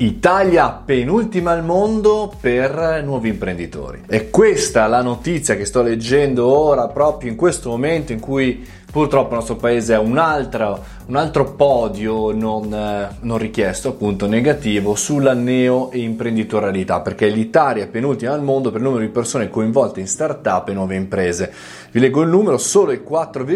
Italia penultima al mondo per nuovi imprenditori. E questa è la notizia che sto leggendo ora, proprio in questo momento in cui purtroppo il nostro paese ha un altro podio non richiesto, appunto negativo, sulla neoimprenditorialità, perché l'Italia è penultima al mondo per il numero di persone coinvolte in startup e nuove imprese. Vi leggo il numero: solo il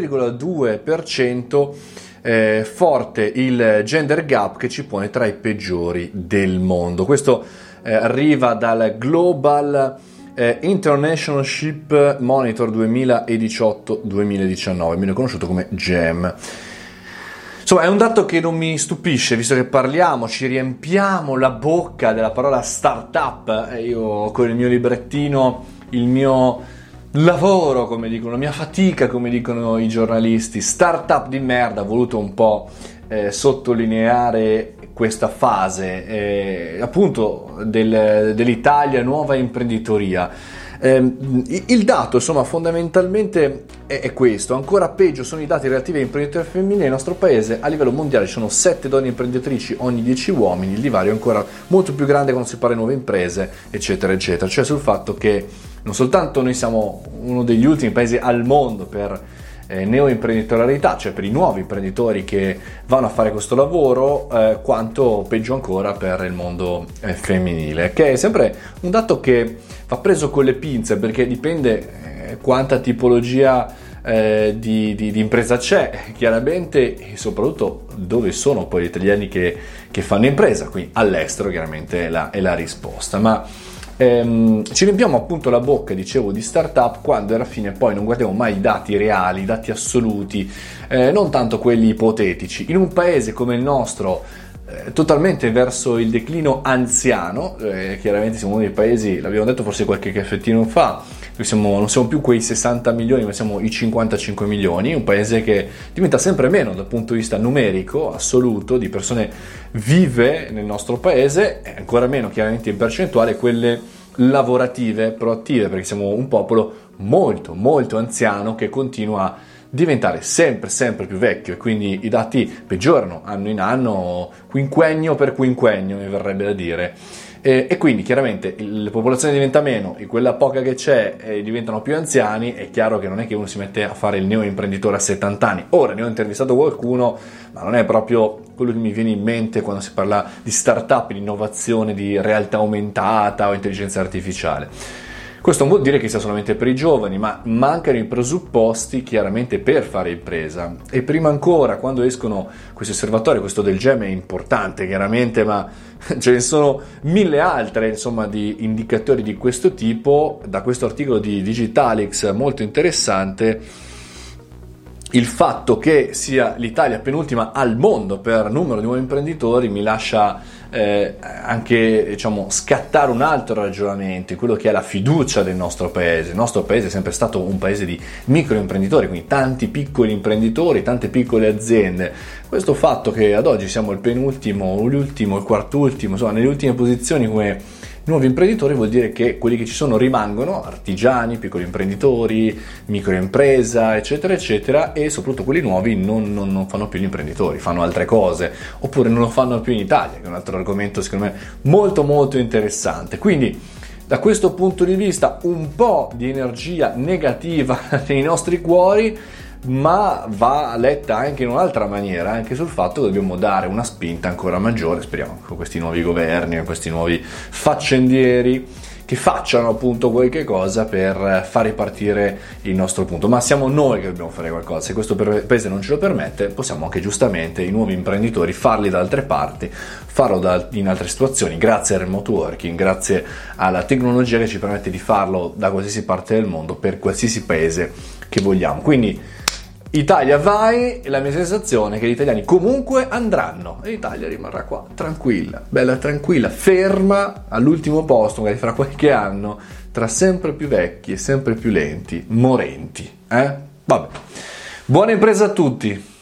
4,2%. Forte il gender gap che ci pone tra i peggiori del mondo. Questo arriva dal Global Internationalship Monitor 2018-2019, meno conosciuto come GEM. Insomma, è un dato che non mi stupisce, visto che ci riempiamo la bocca della parola startup. Io con il mio librettino, il mio lavoro, come dicono, la mia fatica, come dicono i giornalisti, startup di merda, ho voluto un po' sottolineare questa fase appunto dell'Italia, nuova imprenditoria. Il dato, insomma, fondamentalmente è questo. Ancora peggio sono i dati relativi all'imprenditoria femminile. Nel nostro paese a livello mondiale ci sono 7 donne imprenditrici ogni 10 uomini. Il divario è ancora molto più grande quando si parla di nuove imprese, eccetera eccetera, cioè sul fatto che non soltanto noi siamo uno degli ultimi paesi al mondo per neoimprenditorialità, cioè per i nuovi imprenditori che vanno a fare questo lavoro, quanto peggio ancora per il mondo femminile, che è sempre un dato che va preso con le pinze, perché dipende quanta tipologia di impresa c'è, chiaramente, e soprattutto dove sono poi gli italiani che fanno impresa. Qui all'estero chiaramente è la risposta, ma ci riempiamo appunto la bocca, dicevo, di startup, quando alla fine poi non guardiamo mai i dati reali, i dati assoluti, non tanto quelli ipotetici. In un paese come il nostro, totalmente verso il declino anziano, chiaramente siamo uno dei paesi, l'abbiamo detto forse qualche caffettino fa, non siamo più quei 60 milioni, ma siamo i 55 milioni, un paese che diventa sempre meno dal punto di vista numerico, assoluto, di persone vive nel nostro paese, e ancora meno chiaramente in percentuale quelle lavorative, proattive, perché siamo un popolo molto molto anziano che continua a diventare sempre più vecchio, e quindi i dati peggiorano anno in anno, quinquennio per quinquennio mi verrebbe da dire, e quindi chiaramente la popolazione diventa meno e quella poca che c'è diventano più anziani. È chiaro che non è che uno si mette a fare il neoimprenditore a 70 anni. Ora ne ho intervistato qualcuno, ma non è proprio quello che mi viene in mente quando si parla di startup, di innovazione, di realtà aumentata o intelligenza artificiale. Questo non vuol dire che sia solamente per i giovani, ma mancano i presupposti chiaramente per fare impresa. E prima ancora, quando escono questi osservatori, questo del GEM è importante chiaramente, ma ce ne sono mille altre, insomma, di indicatori di questo tipo. Da questo articolo di Digitalix molto interessante, il fatto che sia l'Italia penultima al mondo per numero di nuovi imprenditori mi lascia anche, diciamo, scattare un altro ragionamento, quello che è la fiducia del nostro paese. Il nostro paese è sempre stato un paese di microimprenditori, quindi tanti piccoli imprenditori, tante piccole aziende. Questo fatto che ad oggi siamo il penultimo, l'ultimo, il quartultimo, insomma nelle ultime posizioni come nuovi imprenditori, vuol dire che quelli che ci sono rimangono artigiani, piccoli imprenditori, microimpresa, eccetera eccetera, e soprattutto quelli nuovi non fanno più gli imprenditori, fanno altre cose, oppure non lo fanno più in Italia, che è un altro argomento secondo me molto molto interessante. Quindi da questo punto di vista un po' di energia negativa nei nostri cuori, ma va letta anche in un'altra maniera, anche sul fatto che dobbiamo dare una spinta ancora maggiore, speriamo, con questi nuovi governi, con questi nuovi faccendieri, che facciano appunto qualche cosa per far ripartire il nostro punto. Ma siamo noi che dobbiamo fare qualcosa. Se questo paese non ce lo permette, possiamo anche giustamente i nuovi imprenditori farli da altre parti, farlo in altre situazioni, grazie al remote working, grazie alla tecnologia che ci permette di farlo da qualsiasi parte del mondo, per qualsiasi paese che vogliamo. Quindi Italia vai, e la mia sensazione è che gli italiani comunque andranno e l'Italia rimarrà qua tranquilla, bella tranquilla, ferma all'ultimo posto, magari fra qualche anno, tra sempre più vecchi e sempre più lenti, morenti. Vabbè, buona impresa a tutti.